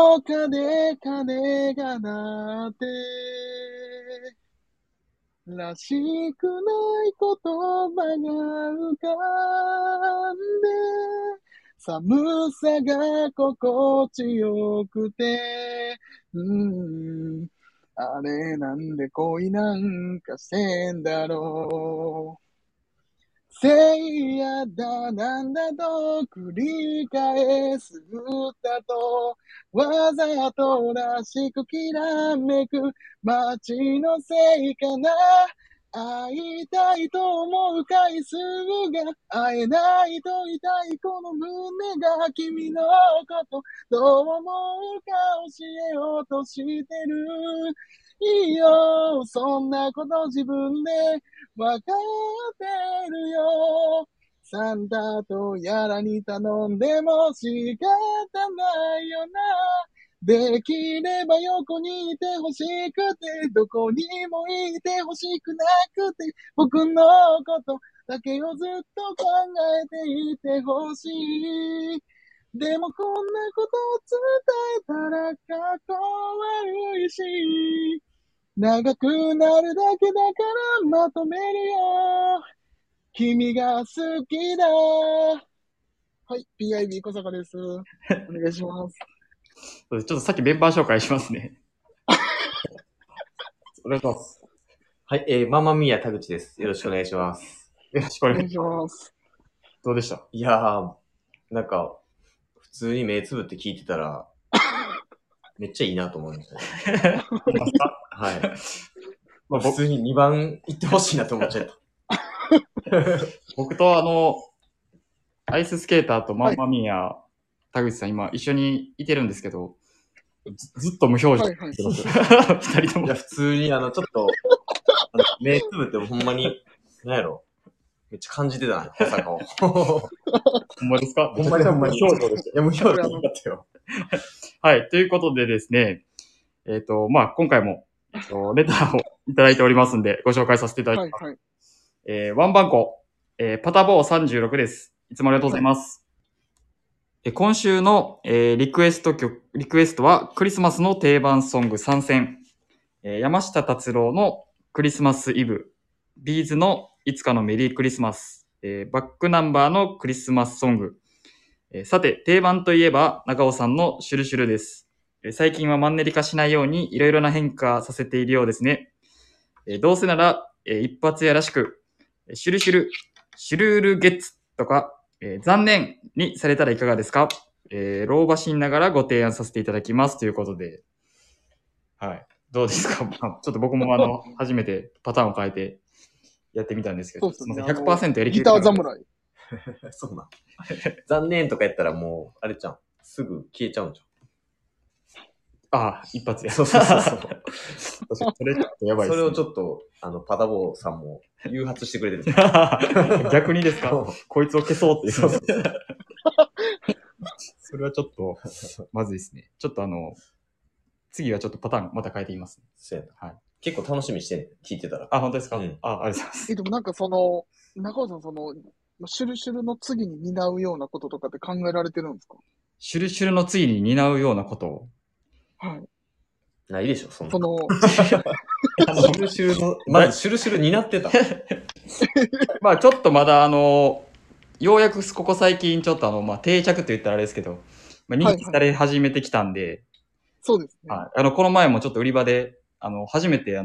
どかで鐘が鳴って、らしくない言葉が浮かんで、寒さが心地よくて、あれなんで恋なんかしてんだろう。せいやだなんだと繰り返す歌と、わざとらしくきらめく街のせいかな。会いたいと思う回数が会えないと痛いこの胸が君のことどう思うか教えようとしてる。いいよ、そんなこと自分でわかってるよ。サンタとやらに頼んでも仕方ないよな。できれば横にいてほしくて、どこにもいてほしくなくて、僕のことだけをずっと考えていてほしい。でもこんなことを伝えたらかっこ悪いし、長くなるだけだからまとめるよ。君が好きだ。はい、PIB 小坂です。お願いします。 ちょっとさっきメンバー紹介しますね。お願いします。 はい、ママミヤ田口です。よろしくお願いします。 よろしくお願いします。どうでした？ いやー、なんか、普通に目つぶって聞いてたら、めっちゃいいなと思いましたね。はい。まあ、普通に2番行ってほしいなと思っちゃった。 僕とアイススケーターとマンマミーヤ、田口さん今一緒にいてるんですけど、ずっと無表情で、はいはい、二人とも。 いや、普通にちょっと、目つぶってほんまに、なんやろ。めっちゃ感じてたな、小坂を。 ほんまですか？ ほんまに無表情でした。いや、無表情だったよ。 はい、ということでですね、まあ、今回も、レターをいただいておりますんで、ご紹介させていただきます。はいはい、ワンバンコ、パタボー36です。いつもありがとうございます。はい、今週の、リクエストは、クリスマスの定番ソング参戦。山下達郎のクリスマスイブ。ビーズのいつかのメリークリスマス。バックナンバーのクリスマスソング。さて、定番といえば、中尾さんのシュルシュルです。最近はマンネリ化しないようにいろいろな変化させているようですね。どうせなら、一発屋らしく、シュルシュル、シュルールゲッツとか、残念にされたらいかがですか？老婆心ながらご提案させていただきますということで。はい。どうですか？ちょっと僕も初めてパターンを変えてやってみたんですけど、すみません、100% やりきれギター侍。 そうな。残念とかやったらもう、あれちゃん、すぐ消えちゃうんじゃん。 ああ、一発や。 そう。 それちょっとやばいですね。 それをちょっと、パタボーさんも誘発してくれてる。 逆にですか？こいつを消そうっていう。それはちょっと、まずいですね。ちょっと次はちょっとパターンまた変えてみます。 そうやな。はい。結構楽しみして聞いてたら。 あ、本当ですか？ うん。 ありがとうございます。 でもなんか中尾さんシュルシュルの次に担うようなこととかって考えられてるんですか？ シュルシュルの次に担うようなことを。 はい。 ないでしょ、そんな。 シュルシュルの、まずシュルシュルになってた。 まあちょっとまだようやくここ最近ちょっとまあ定着と言ったらあれですけど、まあ、認知され始めてきたんで、はいそうですね。 はい。この前もちょっと売り場で、初めて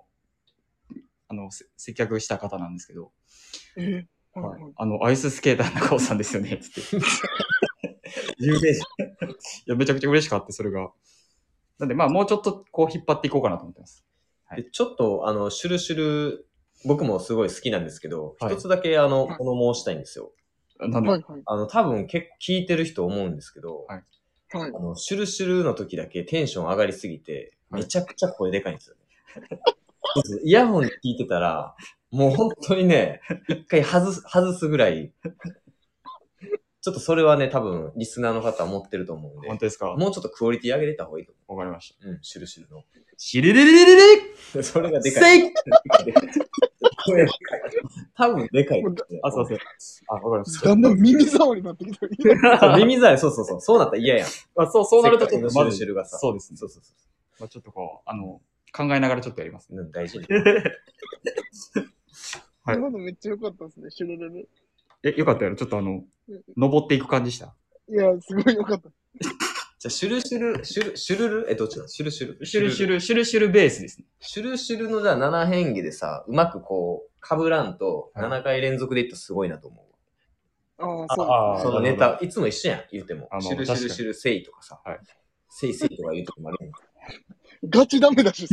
接客した方なんですけど、はい、アイススケーター中尾さんですよね、つって。有名人。いや、めちゃくちゃ嬉しかった、それが。 なんで、まあ、もうちょっとこう引っ張っていこうかなと思ってます。はいでちょっと、シュルシュル、僕もすごい好きなんですけど、 はい一つだけ、物申したいんですよ。 なんで、 はいはい。 多分結構聞いてる人思うんですけど、 はいはい。 シュルシュルの時だけテンション上がりすぎて、 はいめちゃくちゃ声でかいんですよね。イヤホンで聞いてたら、もう本当にね、一回外すぐらい、ちょっとそれはね、多分、リスナーの方は持ってると思うんで、 本当ですか？ もうちょっとクオリティ上げてた方がいいとわかりました。 思う。うん、シュルシュルの。 シルルルルルルそれがでかい。 せい声でかい。多分でかい。 あ、すいません。あ、わかりました。 だんだん耳障りになってきた。 そう耳障り、そうそうそう。そうなったら嫌やん。 まあ、そうなるとちょっとせっかくのまずシュルシュルがさ。 そうですね。 そうそうそまあ、ちょっとこう、考えながらちょっとやりますね。 う。うん、大事に。 はい今のめっちゃ良かったですね、シュルルル。 よかったよ。ちょっと登っていく感じした。 いや、すごい良かった。 じゃあ、シュルシュルどっちだシュルシュルシュルシュル、シュルシュルベースですね。 シュルシュルのじゃあ7変化でさ、うまくこう、被らんとはい 7回連続でいったらすごいなと思う。 ああ、 あそうそのネタ、いつも一緒やん、言うてもあ。まあシュルシュルシュルセイとかさ。 はいセイセイとか言うときもあるやん。 ですね。ガチダメだし。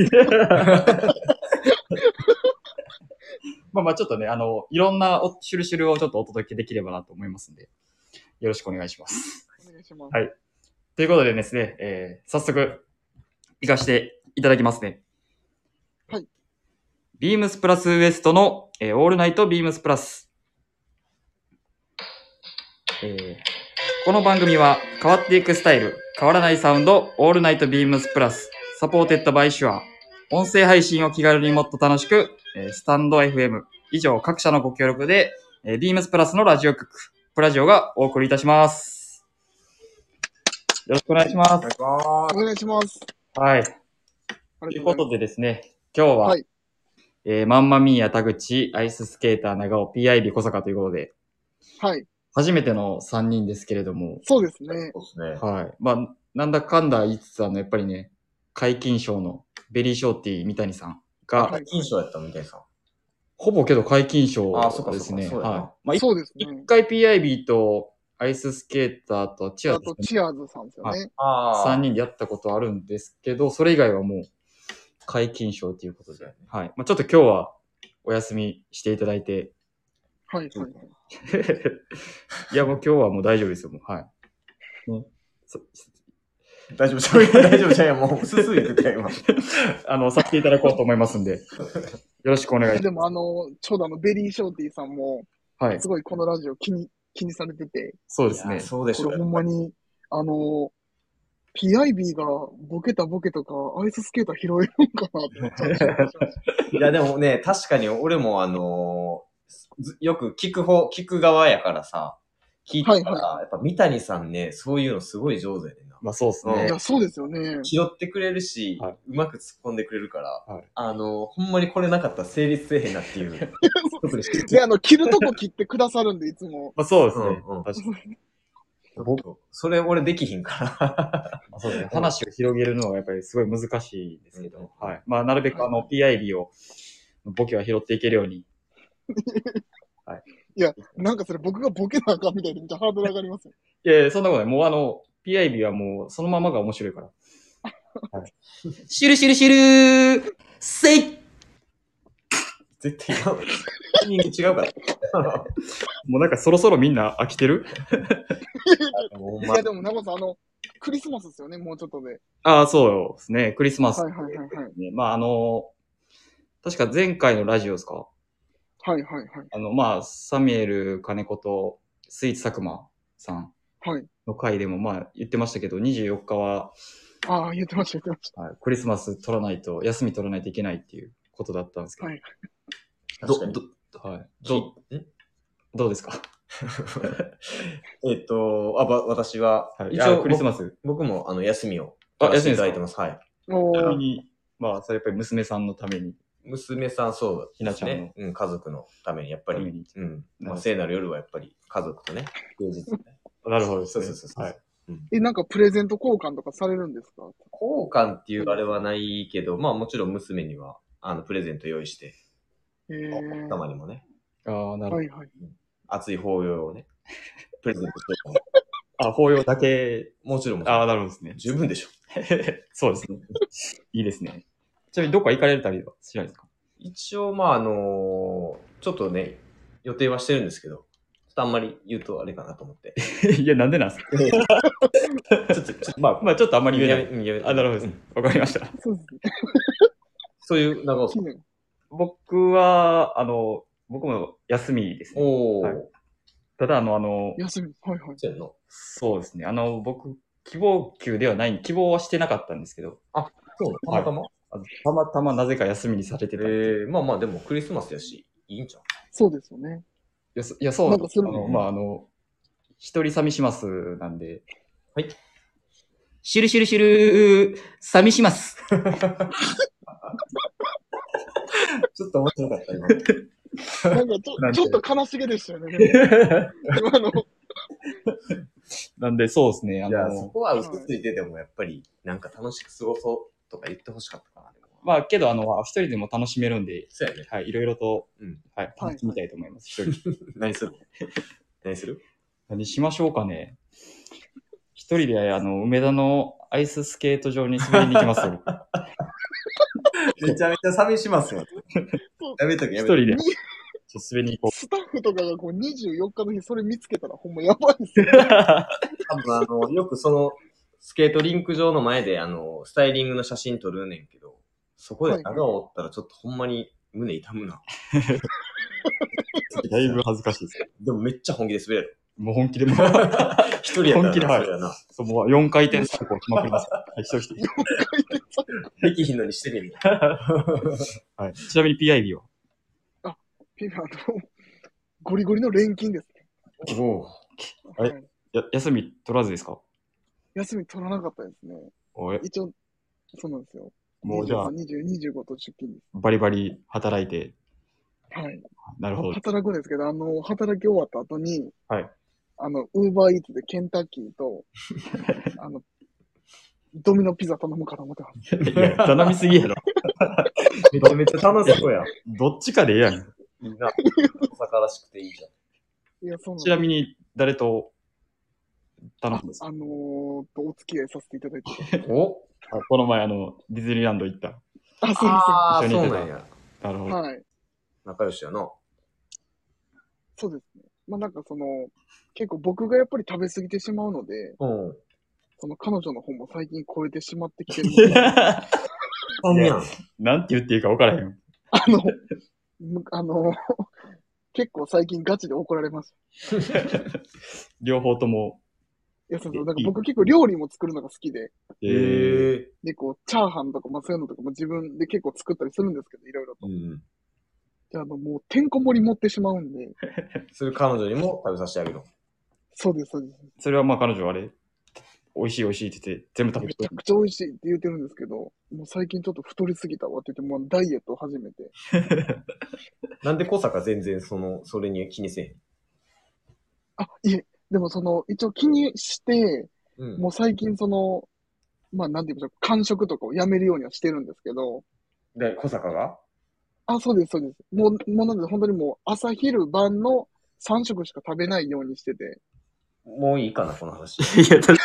まあまあちょっとね、いろんなシュルシュルをちょっとお届けできればなと思いますんで、よろしくお願いします。 お願いします。 はいということでですね、早速、行かしていただきますね。 はい。 ビームスプラスウエストの、オールナイトビームスプラス。この番組は変わっていくスタイル、変わらないサウンド、オールナイトビームスプラス、サポーテッドバイシュア。音声配信を気軽にもっと楽しく、スタンド FM 以上各社のご協力で、ビームスプラスのラジオ局、プラジオがお送りいたします。よろしくお願いします。 お願いします。 はい。 あということりがとうございでですね、今日は、 はいマンマミーヤ田口、アイススケーター長尾、PIB 小坂ということで、 ます。はい。 初めての3人ですけれども、 そうですね。 そうですね。 はい。まあ、なんだかんだ言いつつ、やっぱりね、解禁賞のベリーショーティー三谷さんが、 はい金賞やったみたいさん。 ほぼけど解禁賞あそっかですね。 そっかそうやなはい。まあ、 そうですね一。回 PIB とアイススケーターとチアあと、チアーズさんですよね。 あ 3人でやったことあるんですけど、それ以外はもう解禁賞ということで、はい。まあ、ちょっと今日はお休みしていただいて、 はい、はい。 いやもう今日はもう大丈夫ですよ、もう。はい。ね、 大丈夫、大丈夫じゃん。もう、すす言ってたよ、今。 させていただこうと思いますんで、よろしくお願いします。 でも、ちょうどベリーショーティーさんも、 はいす。ごいこのラジオ気にされてて、 そうですねいや。そうでしょこれほんまに、PIB がボケたボケとか、アイススケーター拾えるんかなってめっちゃ心配しました。 いや、でもね、確かに俺もよく聞く側やからさ、聞いてたら、 はやっぱ三谷さんね、そういうのすごい上手やねんな。 まあそうですね。 いや、そうですよね。 拾ってくれるし、 はいうまく突っ込んでくれるから、 はいほんまにこれなかったら成立せえへんなっていう。特にで、切るとこ切ってくださるんで、いつも。 まあそうですね。 うんうん確かに。 それ俺できひんから。 まあそうですね。話を広げるのはやっぱりすごい難しいですけど、 うんはい。まあなるべくPIB を、ボケは拾っていけるように。 いや、なんかそれ僕がボケなあかんみたいでめっちゃハードル上がりますよ。 いやいや、そんなことない。もうPIB はもうそのままが面白いから。はい。シュルシュルシュルーせい絶対今のタイミング違うから。 もうなんかそろそろみんな飽きてるほんまいや、でも、ナさん、クリスマスですよね、もうちょっとで。 ああ、そうですね。クリスマス。 はいはいはいはい。 ね、まあ確か前回のラジオですかはいはいはい。 まあ、サミュエル金子とスイーツ佐久間さんはい。 の回でもまあ言ってましたけど、24日は、 ああ、言ってました、言ってましはい、クリスマス取らないと、休み取らないといけないっていうことだったんですけど。 はい確かにはい。どうですか私は、 はい。 一応、 クリスマス。 僕も休みをあ取らせていただいてます。はい。 た。おー。 ちなみに、まあ、それやっぱり娘さんのために。 娘さん、そうひなちゃんのね。うん、家族のために、やっぱりために。 うん。まあ、聖なる夜はやっぱり家族とね、休日ね。 なるほどですね。 そうそうそう。 はい。 なんかプレゼント交換とかされるんですか？ 交換っていうあれはないけど、まあもちろん娘には、プレゼント用意して、たまにもね、 ああ、なるほど。 はいはい。 熱い抱擁をね、プレゼントしてるかあ、法要だけ。 もちろん。 ああ、なるほどですね。 十分でしょ。 そうですね。いいですね。ちなみにどっか行かれたりはしないですか？ 一応、まあ、ちょっとね、予定はしてるんですけど、ちょっとあんまり言うとあれかなと思って。 いや、なんでなんですか？まあ、ちょっとあんまり言えない。 やめあ、なるほどですね。わかりました。 そうですね。 そういう長尾さん。 僕は、僕も休みですね。 おー。 はいただ、 休み。はいはい。 そうやんな。 そうですね。僕、希望級ではない、希望はしてなかったんですけど、 そうたまたま、 たまたまなぜか休みにされてたっていう。 まあまあ、でもクリスマスやし、いいんちゃう？ そうですよね。 いや、そうなんかそれ一人寂しますなんで。 はい。 しるしるしる寂します。 ちょっと面白かった、今。 なんかちょっと悲しげでしたよね。今の。 なんで、そうですね。 いや、そこは嘘ついてても、やっぱり、なんか楽しく過ごそうとか言ってほしかったかな。 まあ、けど、一人でも楽しめるんで、 そうやね。 はい、いろいろと、はい、 はい楽しみたいと思います。一人。 何する何する何しましょうかね。一人で、梅田のアイススケート場に滑りに行きますよ。 めちゃめちゃ寂しますよ。やめとけ、 一やめとけ。 人で、滑りに行こスタッフとかがこう24日の日それ見つけたらほんまやばいですよ。 多分よくその、スケートリンク場の前で、スタイリングの写真撮るねんけど、そこで長尾おったらちょっとほんまに胸痛むな。 う。だいぶ恥ずかしいです。 でもめっちゃ本気で滑れる。 もう本気でもう、 一人やったら本気でそれやな。 そう、もう4回転サルコー決まってます。はい、一人で。 できひんのにしてみる。 はい。ちなみに PIB はピーマンゴリゴリの錬金ですね。 おあれ休み取らずですか？ 休み取らなかったですね。一応、そうなんですよ。 もうじゃあ、 20、25と出勤です。 バリバリ働いて。 はい。 なるほど。 働くんですけど、働き終わった後に、 はい。 ウーバーイーツでケンタッキーと、ドミノピザ頼むかと思ってます。 いや、頼みすぎやろ。 めちゃめちゃ楽しそうやん。 どっちかでええやん。 いいな。お魚らしくていいじゃん。 いや、そうなんです。 ちなみに、誰と頼むんですか？ お付き合いさせていただいて。 おこの前、ディズニーランド行った。 あ、そうああ、 一緒に行ってたそうなんや。 です。 なるほど。 はい。 仲良しやな。 そうですね。まあなんか結構僕がやっぱり食べ過ぎてしまうので、 うん。 その彼女の方も最近超えてしまってきてるので、 そんやん。 なんて言っていいか分からへん。 結構最近ガチで怒られました。 両方とも。 いや、そうそう。なんか僕結構料理も作るのが好きで、 へで、こう、チャーハンとか、まあそういうのとかも自分で結構作ったりするんですけど、いろいろと。 うん。 じゃあ、もう、てんこ盛り持ってしまうんで、 それ彼女にも食べさせてあげるの。 そうです、そうです。 それはまあ彼女はあれ、美味しい美味しいって言って全部食べてめちゃくちゃ美味しいって言ってるんですけど、もう最近ちょっと太りすぎたわって言って、もうダイエットを始めて。 なんで小坂全然それに気にせえへん。 あ、いえ、でも一応気にして、 うん。 もう最近まあなんて言いましょう、間食とかをやめるようにはしてるんですけど、 で、小坂があ、そうです、そうです。もうなんで本当にもう朝昼晩の3食しか食べないようにしてて。 もういいかな、この話。 いや、ちょっとね、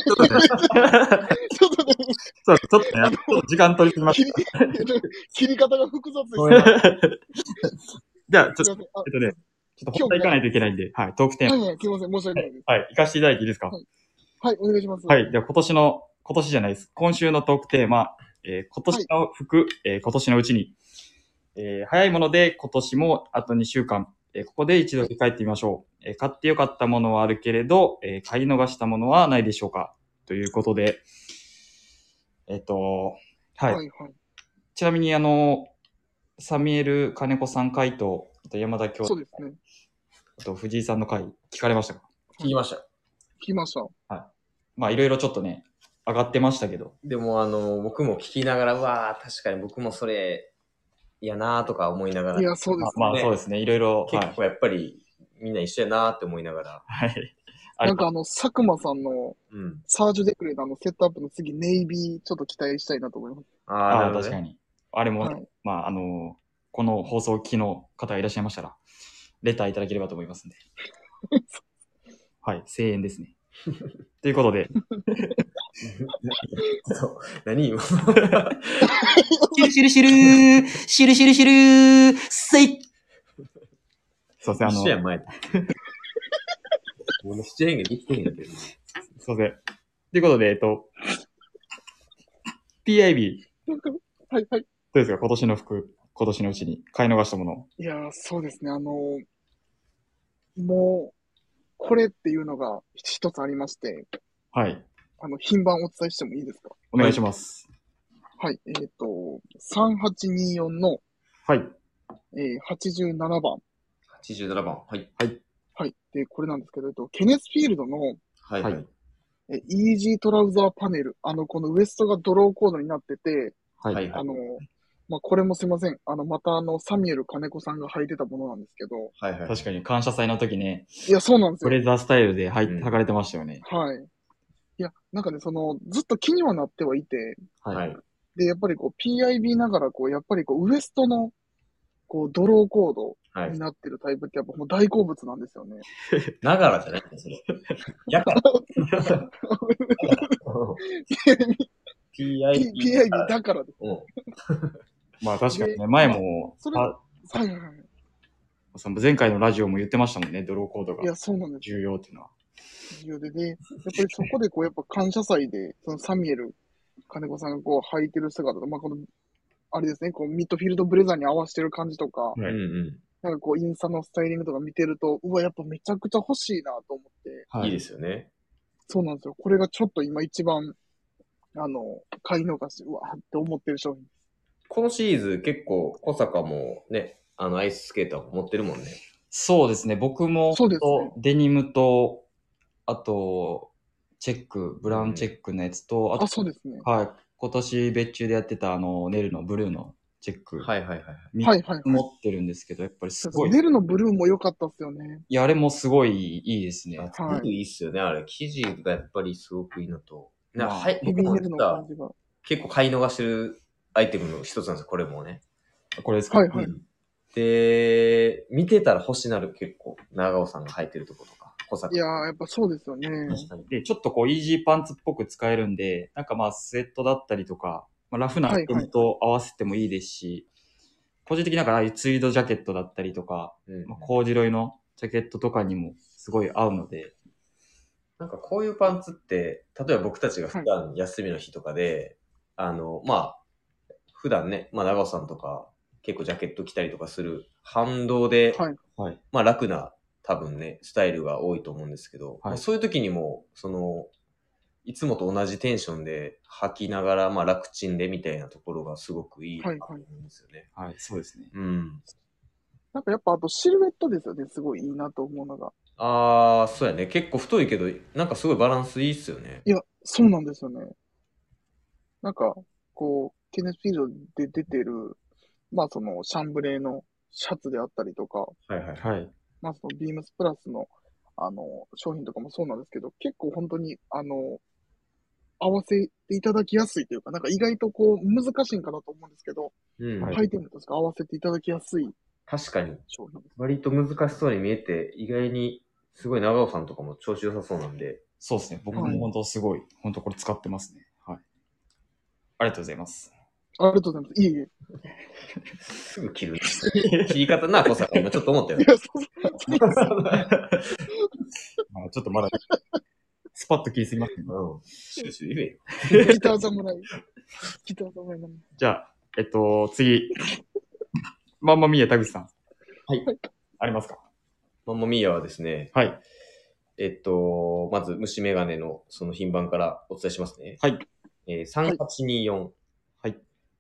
ちょっとね、 ちょっとね、時間取りすぎまし切り方が複雑ですごめんね。 じゃあ、ちょっと、 すいません。 ちょっと本題行かないといけないんで、はい、トークテーマ。 はいはい、すいません、申し訳ないです。 はい、行かせていただいていいですか？ はい、お願いします。 はい、では今年じゃないです。今週のトークテーマ、今年の服、今年のうちに、早いもので今年もあと2週間、ここで一度振り返ってみましょう。買ってよかったものはあるけれど、買い逃したものはないでしょうかということで、はい。 はい、はい。 ちなみにサミュエル金子さん回と、あと山田兄弟、 そうですね。 あと藤井さんの回、聞かれましたか？ 聞きました。 来ました。 まあいろいろちょっとね、上がってましたけど。 でも僕も聞きながら、うわー、確かに僕もそれ、やなーとか思いながら。 いや、そうですね。 まあそうですね、いろいろ。 結構やっぱり、みんな一緒やなーって思いながら。 はい。 なんか佐久間さんのうん。 サージュデクレのセットアップの次、ネイビーちょっと期待したいなと思います。 あー、なるほどね。 確かに。あれも、 はい。 まあこの放送機の方がいらっしゃいましたら、レターいただければと思いますんで。はい、声援ですね。 ということで、 そう何今シュルシュルシュルー、シュルシュルシュルー、せい。そうですね、 一緒やん、前と。もう七変化できてへんけど。 すいません。ということで、PIB、 なんか、はいはい。 どうですか今年の服、今年のうちに買い逃したもの。 いやー、そうですね。もう、これっていうのが一つありまして、 はい。 品番お伝えしてもいいですか？ お願いします。 はい。3824の、 はい。 87番。 87番。はい。 はい。で、これなんですけど、ケネスフィールドの、 はい。はい。 イージートラウザーパネル。このウエストがドローコードになってて、 はい。 はい。はい。 これもすいません。またサミュエル金子さんが履いてたものなんですけど、 はい。はい。 確かに感謝祭の時ね、 いや、そうなんですよ。 ブレザースタイルでうん履かれてましたよね。 はい。いや、なんかね、ずっと気にはなってはいて、 はい。 で、やっぱりPIB ながらやっぱりウエストの、ドローコードはい。 になってるタイプってやっぱもう大好物なんですよね。 ながらじゃないそれ。やから。PIB。 PIB だからです。 うん。 まあ確かにね、 で前も、 それはいはいはい。 その前回のラジオも言ってましたもんね、ドローコードがいや、そうなんです。 重要っていうのは。 重要で、やっぱりそこでやっぱ感謝祭で、そのサミュエル金子さんが履いてる姿と、この、あれですね、ミッドフィールドブレザーに合わせてる感じとか、 はいうんうん。 なんかインスタのスタイリングとか見てると、うわ、やっぱめちゃくちゃ欲しいなと思って、 はいいいですよね。 そうなんですよ。これがちょっと今一番、買い逃し、うわって思ってる商品。 このシリーズ結構、小坂もね、アイススケーター持ってるもんね。 そうですね、僕も、 そうですねデニムと、あと、チェック、ブラウンチェックのやつと、あと、 そうですね。 はい、今年別注でやってたネルのブルーのチェック、 はいはいはい。 はいはいはい。 持ってるんですけど、やっぱりすごい。 ネルのブルーも良かったっすよね。 いや、あれもすごいいいですね。 あ、 はいブルーいいっすよね、あれ。生地がやっぱりすごくいいのと。 まあはい、 ヘビーネルの実は感じが。 結構買い逃してるアイテムの一つなんですよ、これもね。 これですか、 はいはい。 で、見てたら欲しなる結構、長尾さんが履いてるとことか、小坂。 いやー、やっぱそうですよね。 確かに。 で、ちょっとこう、イージーパンツっぽく使えるんで、なんかまあ、スウェットだったりとか、まあ、ラフなはいはい服と合わせてもいいですし、個人的になんかああいうツイードジャケットだったりとか、 うんまあ、コーデュロイのジャケットとかにもすごい合うので、 なんかこういうパンツって、例えば僕たちが普段休みの日とかで、まあ、普段ね、まあ長尾さんとか結構ジャケット着たりとかする反動で、 はい。 はい。 まあ楽な多分ね、スタイルが多いと思うんですけど、まあそういう時にも、いつもと同じテンションで履きながら、まあ楽ちんでみたいなところがすごくいいなと思うんですよね。 はい、そうですね。 うん。 なんかやっぱあとシルエットですよね。すごいいいなと思うのが。 あー、そうやね。結構太いけど、なんかすごいバランスいいっすよね。 いや、そうなんですよね。なんか、ケネスフィールドで出てる、シャンブレーのシャツであったりとか、 はいはい。 はい。 そのビームスプラスの、商品とかもそうなんですけど、結構本当に、合わせていただきやすいというか、なんか意外と難しいんかなと思うんですけど、 うん。 はい履いてみると合わせていただきやすい確かに。 商品です。 割と難しそうに見えて、意外にすごい長尾さんとかも調子良さそうなんで。 そうですね。僕はいも本当すごい、本当これ使ってますね。はい。ありがとうございます。 ありがとうございます。いえいえ。 すぐ切る。切り方な、小坂。今ちょっと思ったよい。や、そうまあ、ちょっとまだ、スパッと切りすぎますね。 うん。シュシュ言えよ。 ギター侍。ギター侍なんで。 じゃあ、次。マンマミーヤ田口さん。 はい。 ありますか？ マンマミーヤはですね、 はい。 まず虫眼鏡のその品番からお伝えしますね。 はい。 3824。 はい。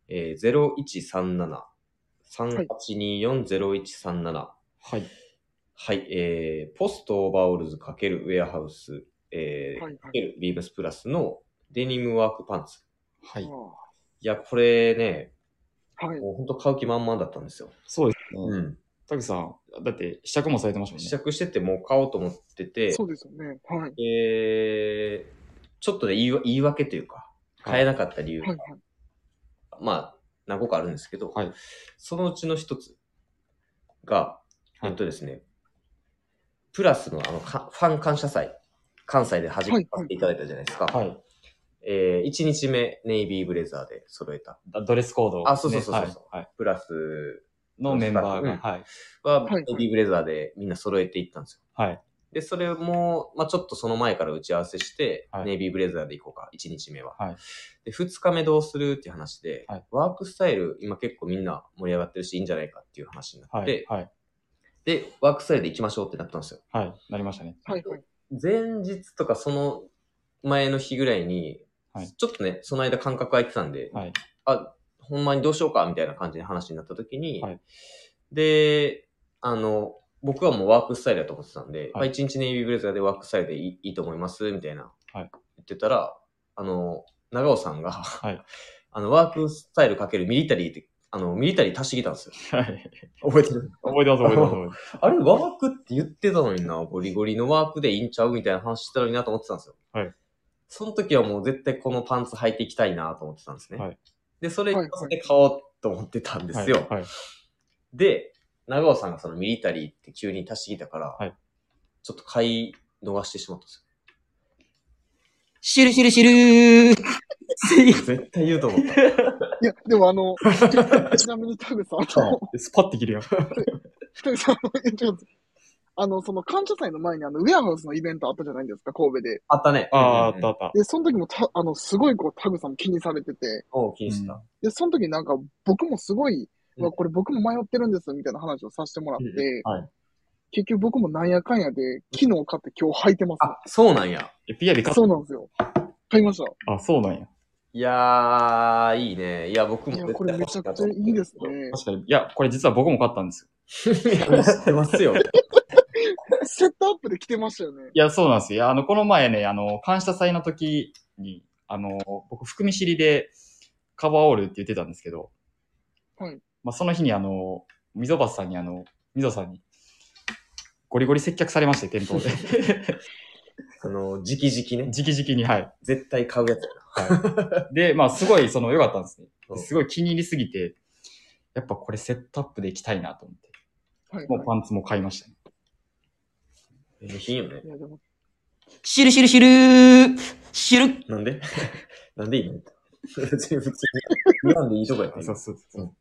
0137。3824-0137。 はい。 はい。ポストオーバーオールズ×ウェアハウス、 はい ×ビームスプラスのデニムワークパンツ。 はい。 いや、これね、 はい。 もう本当買う気満々だったんですよ。 そうですね。 うん。 田口さん、だって試着もされてましたもんね。 試着しててもう買おうと思ってて、 そうですよね。はい。 ちょっとね、言い訳というか、買えなかった理由が、 はい。 まあ、何個かあるんですけど、 はい。 そのうちの一つが、 はいですね、プラスのファン感謝祭関西で始めさせていただいたじゃないですか。 はい。 1日目、ネイビーブレザーで揃えた。 ドレスコード、 あそうそうそうそうはい。はい。 プラスのメンバーが、 うんはい。 は、 はいネイビーブレザーでみんな揃えていったんですよ。 はい。 で、それも、まあちょっとその前から打ち合わせして、 はいネイビーブレザーで行こうか、1日目は。 はい。 で、2日目どうするっていう話で、 はいワークスタイル、今結構みんな盛り上がってるし、いいんじゃないかっていう話になはい。 って、 はい。 で、ワークスタイルで行きましょうってなったんですよ。 はい。なりましたね。 はいはい。 前日とかその前の日ぐらいに、 はいちょっとね、その間間隔空いてたんで、 はい。 あ、ほんまにどうしようかみたいな感じで話になった時に、 はいで、僕はもうワークスタイルだと思ってたんで、 はい 1日ネイビーブレザーでワークスタイルでいいと思いますみたいな、 はい言ってたら、長尾さんが、 はい。 ワークスタイルかけるミリタリーって、ミリタリー足してきたんですよ。 はい。 覚えてる覚えてます、覚えてます覚えてます。 あれ、ワークって言ってたのにな、ゴリゴリのワークでいいんちゃうみたいな話してたのになと思ってたんですよ。 はい。 その時はもう絶対このパンツ履いていきたいなと思ってたんですね。 はい。 で、それはいで買おうと思ってたんですよ。 はい。 で、長尾さんがそのミリタリーって急に足してきたから、 はいちょっと買い逃してしまったんですシルシルシルーよ。絶対言うと思った。 いや、でもちなみにタグさん、 スパッて切るよ。 タグさん、違うんですその感謝祭の前にウェアハウスのイベントあったじゃないですか、神戸で。 あったね。 ああ、あうんうんったあった。 で、その時もすごいタグさんも気にされてて、 おう気にしてた。 で、その時なんか僕もすごい、 うんこれ僕も迷ってるんですみたいな話をさせてもらって、 はい。 結局僕もなんやかんやで、昨日買って今日履いてます。 あ、そうなんや。 PIB 買っそうなんですよ。買いました。 た。あ、そうなんや。 いやー、いいね。いや、僕もいや、これめちゃくちゃいいですね。 確かに。いや、これ実は僕も買ったんですよ。 いや、知ってますよ。 セットアップで着てましたよね。 いや、そうなんですよ。いや、この前ね、感謝祭の時に、僕、含み知りでカバーオールって言ってたんですけど、 はい。 まあ、その日に溝端さんに溝さんに、ゴリゴリ接客されまして、店頭で。 直々ね。 直々に、はい。 絶対買うやつやで、まあ、すごい、良かったんですね。 な。 すごい気に入りすぎて、やっぱこれセットアップでいきたいなと思って、 はい、 もうパンツも買いましたね。 いいよねい。や、でも、 シルシルシルーシルなんでなんでいいの普通に言わんでいいとこやった今そうそうそう。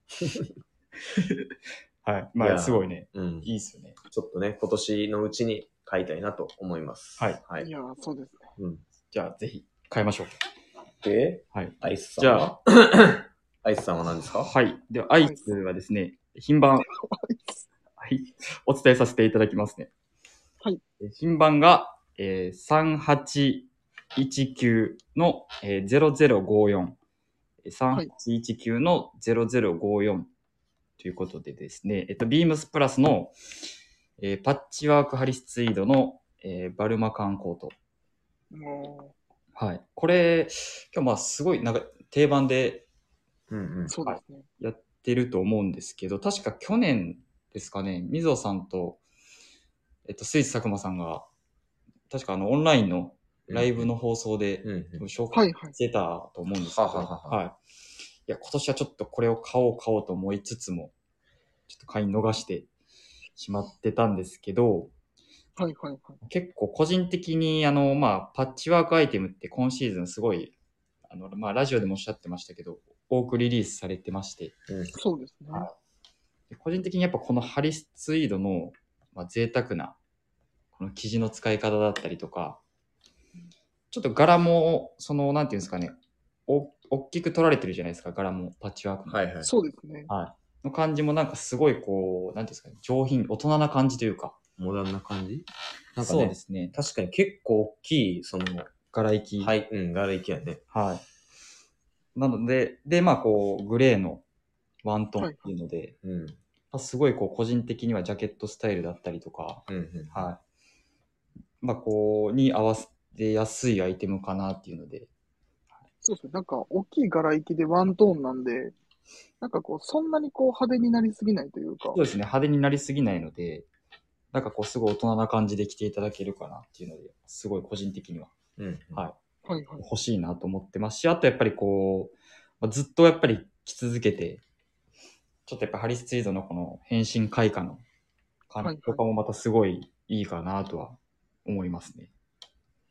はい。まあ、 いやすごいね。 うん。 いいっすよね。 ちょっとね、今年のうちに買いたいなと思います。 はい。 はいい。 や、そうですね。 うん。 じゃあ、ぜひ、買いましょう。 で、 はい。 アイスさじゃんはアイスさんは何ですかはい。では、アイスはですね、品番、はい。お伝えさせていただきますね。 はい。 品番が、3819の、0054。3819の0054ということでですね、ビームスプラスの、パッチワークハリスツイードの、バルマカンコート。 もはい。これ、今日まあすごいなんか定番でうんう、そうですね。 やってると思うんですけど、確か去年ですかね、みぞさんと、スイーツ佐久間さんが、確かオンラインのライブの放送でうん。うん。 紹介はいはい。 してたと思うんですけど、 はははははい。いや、今年はちょっとこれを買おうと思いつつも、ちょっと買い逃してしまってたんですけど、 はいはいはい。 結構個人的にまあ、パッチワークアイテムって今シーズンすごい、まあ、ラジオでもおっしゃってましたけど、多くリリースされてまして、 そうですね。 はで個人的にやっぱこのハリスツイードの、まあ、贅沢なこの生地の使い方だったりとか、ちょっと柄もなんていうんですかね、大きく取られてるじゃないですか、柄もパッチワークも、 はいはい。 そうですね。 はい、の感じもなんかすごいこう、なんていうんですかね、上品、大人な感じというか、 モダンな感じなんかそうでね、 すね、 確かに結構大きい、 柄行き、 はい、柄行きやね。 はい。なので、まあこう、グレーのワントーンっていうので、 うん。 まあすごいこう、個人的にはジャケットスタイルだったりとか、 うんうん。 はい。まあこう、に合わせやすいアイテムかなっていうので、 そうですね。なんか、大きい柄行きでワントーンなんで、なんかこう、そんなにこう派手になりすぎないというかそう、ですね、派手になりすぎないので、なんかこう、すごい大人な感じで着ていただけるかなっていうので、すごい個人的には、 うん。 はい。 はいはい。 欲しいなと思ってますし、あとやっぱりこう、まあずっとやっぱり着続けて、ちょっとやっぱハリスツイードのこの変身開花の感じとかもまたすごいいいかなとは思いますね。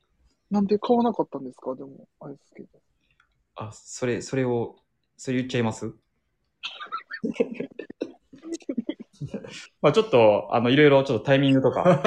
なんで買わなかったんですかでも、アイススケート。 あ、それ言っちゃいますまあちょっと、いろいろちょっとタイミングとか、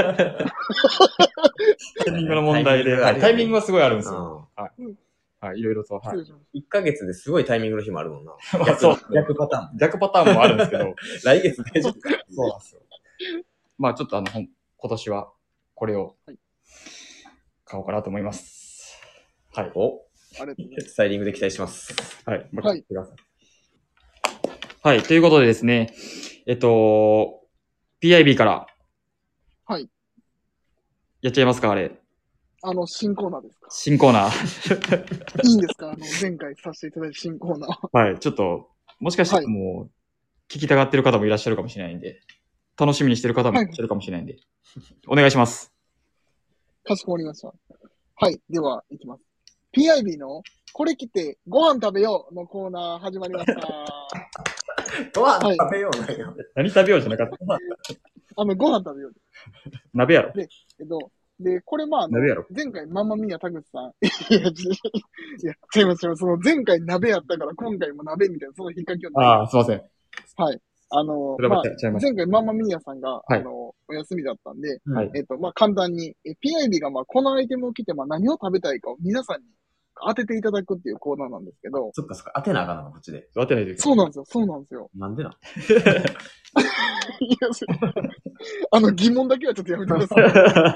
タイミングの問題で、はいタイミングはすごいあるんですよ。はい、いろいろと。はい。 失礼しまし 1ヶ月ですごいタイミングの日もあるもんな。 まあそう逆パターン。 逆パターンもあるんですけど、 来月大丈夫か。 そうなんですよ。まあちょっと今年はこれを買おうかなと思います。はい。 お、 た。ありがとうございます。 スタイリングで期待します。 はい。 はいください。はい。ということでですね、PIB から。 はい。 やっちゃいますかあれ。 新コーナーですか新コーナー。 いいんですか前回させていただいた新コーナー。 はい。ちょっと、もしかしたらもう、聞きたがってる方もいらっしゃるかもしれないんで、楽しみにしてる方もいらっしゃるかもしれないんで、お願いします。 かしこまりました。はい。では、いきます。PIB のこれ来てご飯食べようのコーナー始まりました。 ご飯はい食べようなんよ。 何食べようじゃなかった。 ご飯食べよう。 鍋やろ。 で、これ鍋やろ。 前回ママミヤ田口さん。いや、違います。その前回鍋やったから今回も鍋みたいな、その引っ掛けを。 ああ、すいません。 はい。 それは間違えました前回ママミヤさんが、 はいお休みだったんで、 はい。 簡単に、PIB がこのアイテムを着て何を食べたいかを皆さんに当てていただくっていうコーナーなんですけど、 そっかそっか、当てなあかんのか、こっちで。 当てないといけない。 そうなんですよ。 なんでなんいや疑問だけはちょっとやめてください。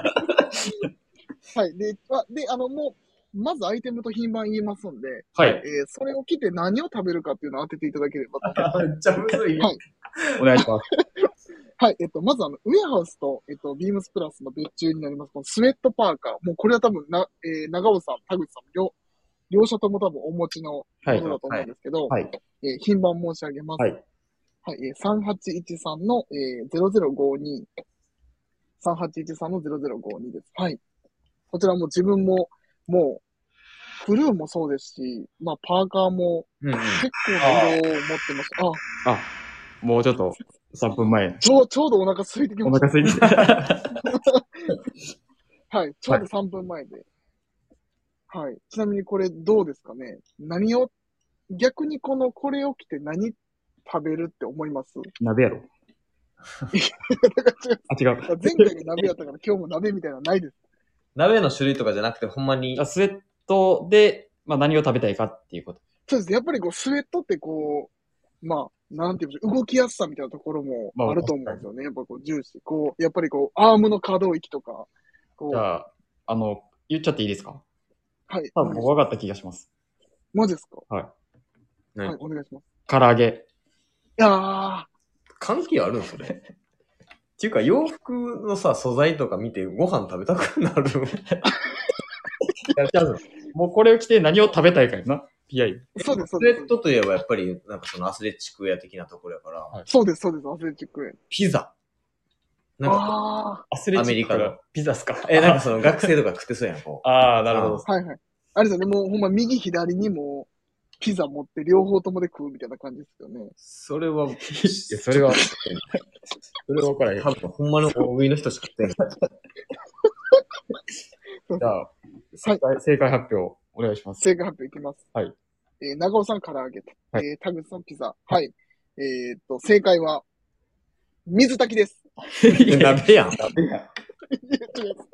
はい。で、もう、まずアイテムと品番言いますんで、 はい。 それを着て何を食べるかっていうのを当てていただければと。 めっちゃむずい。 はい。 お願いします。 はい。まずウェアハウスと、ビームスプラスの別注になります。このスウェットパーカー。もうこれは多分長尾さん、田口さん、両者とも多分お持ちのものだと思うんですけど、 はい。 品番申し上げます。 はい。 はい。3813の、0052。3813の0052です。はい。こちらも自分も、もう、フルーもそうですし、パーカーもうんうん。 結構な色を持ってます。 あ、もうちょっと、3分前。 ちょうどお腹空いてきおました。 腹空いてきた。 はい。ちょうど3分前で。はい。ちなみにこれどうですかね逆にこれを着て何食べるって思います鍋やろ。あ、違う。 前回が鍋やったから今日も鍋みたいなのないです。 鍋の種類とかじゃなくて、ほんまに。 スウェットで、何を食べたいかっていうこと。 そうです。やっぱりスウェットってなんていうんでしょう、動きやすさみたいなところもあると思うんですよね。やっぱ重視。やっぱりアームの可動域とか。 じゃあ、言っちゃっていいですか？ はい。 多分分かった気がします。 マジですか？ はい。 はい、お願いします。 唐揚げ。 いやー。 関係あるんそれ。っていうか、洋服のさ、素材とか見てご飯食べたくなる。 もうこれを着て何を食べたいかやな。PI。 そうです、そうですスウェッ。トといえばやっぱり、なんかそのアスレチックウェア的なところやから、 はいそうです、そうです、アスレチックウェア。 ピザ。なんか、 アスレチックアメリカのピザっすか？ なんかその学生とか食ってそうやん、こう。 ああ、なるほど。 はいはい。あれですよね、もうほんま右左にもピザ持って両方ともで食うみたいな感じですよね。 それは、 いや、それは、それは分からへん。 多分ほんまの大食いの人しか食ってない。 じゃあ、正解発表お願いします。 正解発表いきます。 はい。 長尾さん唐揚げと、 は田口さんピザ。はい。正解は、水炊きです。 鍋やん。 いや、違います。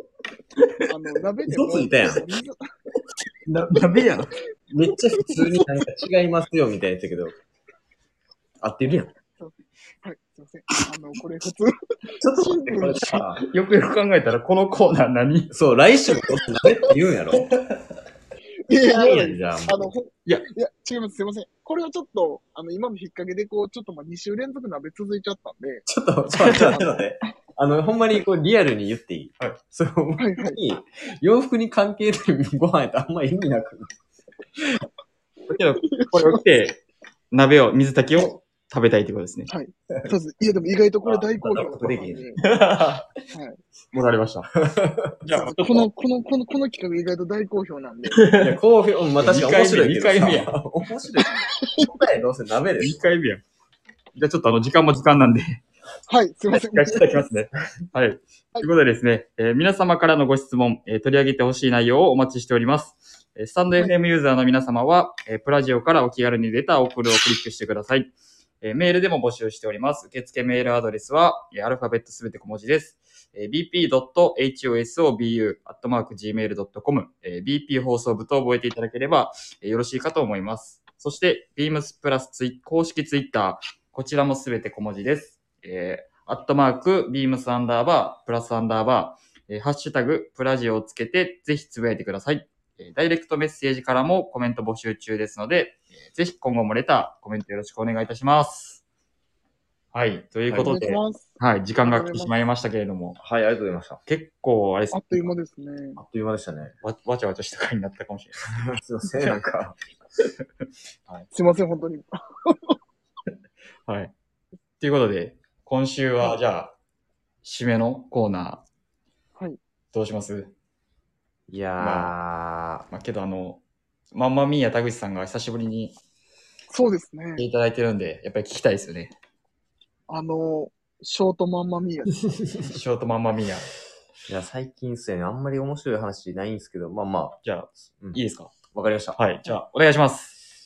鍋でも。 嘘ついたやん水鍋やん。 めっちゃ普通になんか違いますよみたいなやつやけど、合ってるやん。 はい、すいません。これ普通。 ちょっと待って、これさ、 よくよく考えたら、このコーナー何？ そう、来週も鍋って言うんやろ。 いやいやいやじゃあ、 いや、違います。すいません。これはちょっと、今の引っ掛けで、ちょっと2週連続鍋続いちゃったんで。 ちょっと待って。ほんまにリアルに言っていい？ はい。 そう、ほんまに、洋服に関係ないご飯やったらあんま意味なく。 けど、これを着て、鍋を、水炊きを食べたいってことですね。 はい。そうです。いや、でも意外とこれ大好評だったんで。 はい。 わかりました。じゃあ、 この企画意外と大好評なんで。 いや、好評、まあ確かに面白いけどさ。 2回目や。 面白い。答えどうせ鍋でしょ。 2回目や。じゃあちょっと時間も時間なんで、 はい、すいません。 聞かせていただきますね。はい。ということでですね、皆様からのご質問、取り上げてほしい内容をお待ちしております。スタンド FM ユーザーの皆様は、プラジオからお気軽にレターを送るをクリックしてください。メールでも募集しております。受付メールアドレスは、アルファベットすべて小文字です。bp.hosobu@gmail.com、bp 放送部と覚えていただければ、よろしいかと思います。そして、beams プラス公式ツイッター、こちらもすべて小文字です。@beams アンダーバー、プラスアンダーバー、ハッシュタグ、プラジオをつけて、ぜひつぶやいてください。ダイレクトメッセージからもコメント募集中ですので、ぜひ今後もレター、コメントよろしくお願いいたします。はい。ということで、はい、時間が来てしまいましたけれども。 はい、ありがとうございました。 結構、あれですね。 あっという間ですね。 あっという間でしたね。 わちゃわちゃした回になったかもしれない。 すいません、なんか。 はい、すいません、本当に。 はい。ということで、今週は、じゃあ、締めのコーナー。はい。 どうします？ いやー。 まあ、けどマンマミーヤ田口さんが久しぶりにそうですね。 来ていただいてるんで、やっぱり聞きたいですよね。 ショートマンマミーヤ。 ショートマンマミーヤ。 いや、最近ですね、あんまり面白い話ないんですけど、まあまあ。 じゃあ、いいですか？ わかりました。 はい。じゃあ、お願いします。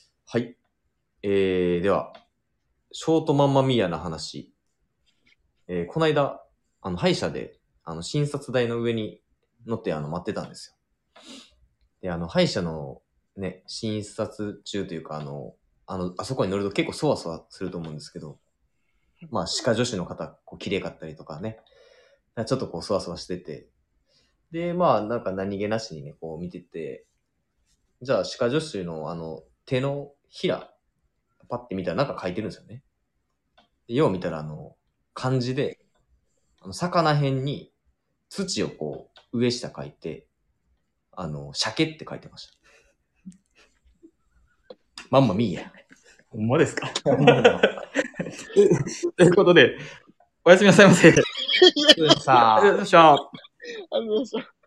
はい。では、ショートマンマミーヤの話。この間、歯医者で、診察台の上に乗って、待ってたんですよ。で、歯医者のね、診察中というか、あそこに乗ると結構そわそわすると思うんですけど、まあ、歯科助手の方、綺麗かったりとかね、ちょっとそわそわしてて、で、まあ、なんか何気なしにね、見てて、じゃあ、歯科助手の手のひら、パッて見たらなんか書いてるんですよね。でよう見たら漢字で、魚辺に土を上下書いて、鮭って書いてました。まんまみーや。 ほんまですか？ということで、おやすみなさいませ。 さあ。 ありがとうございました。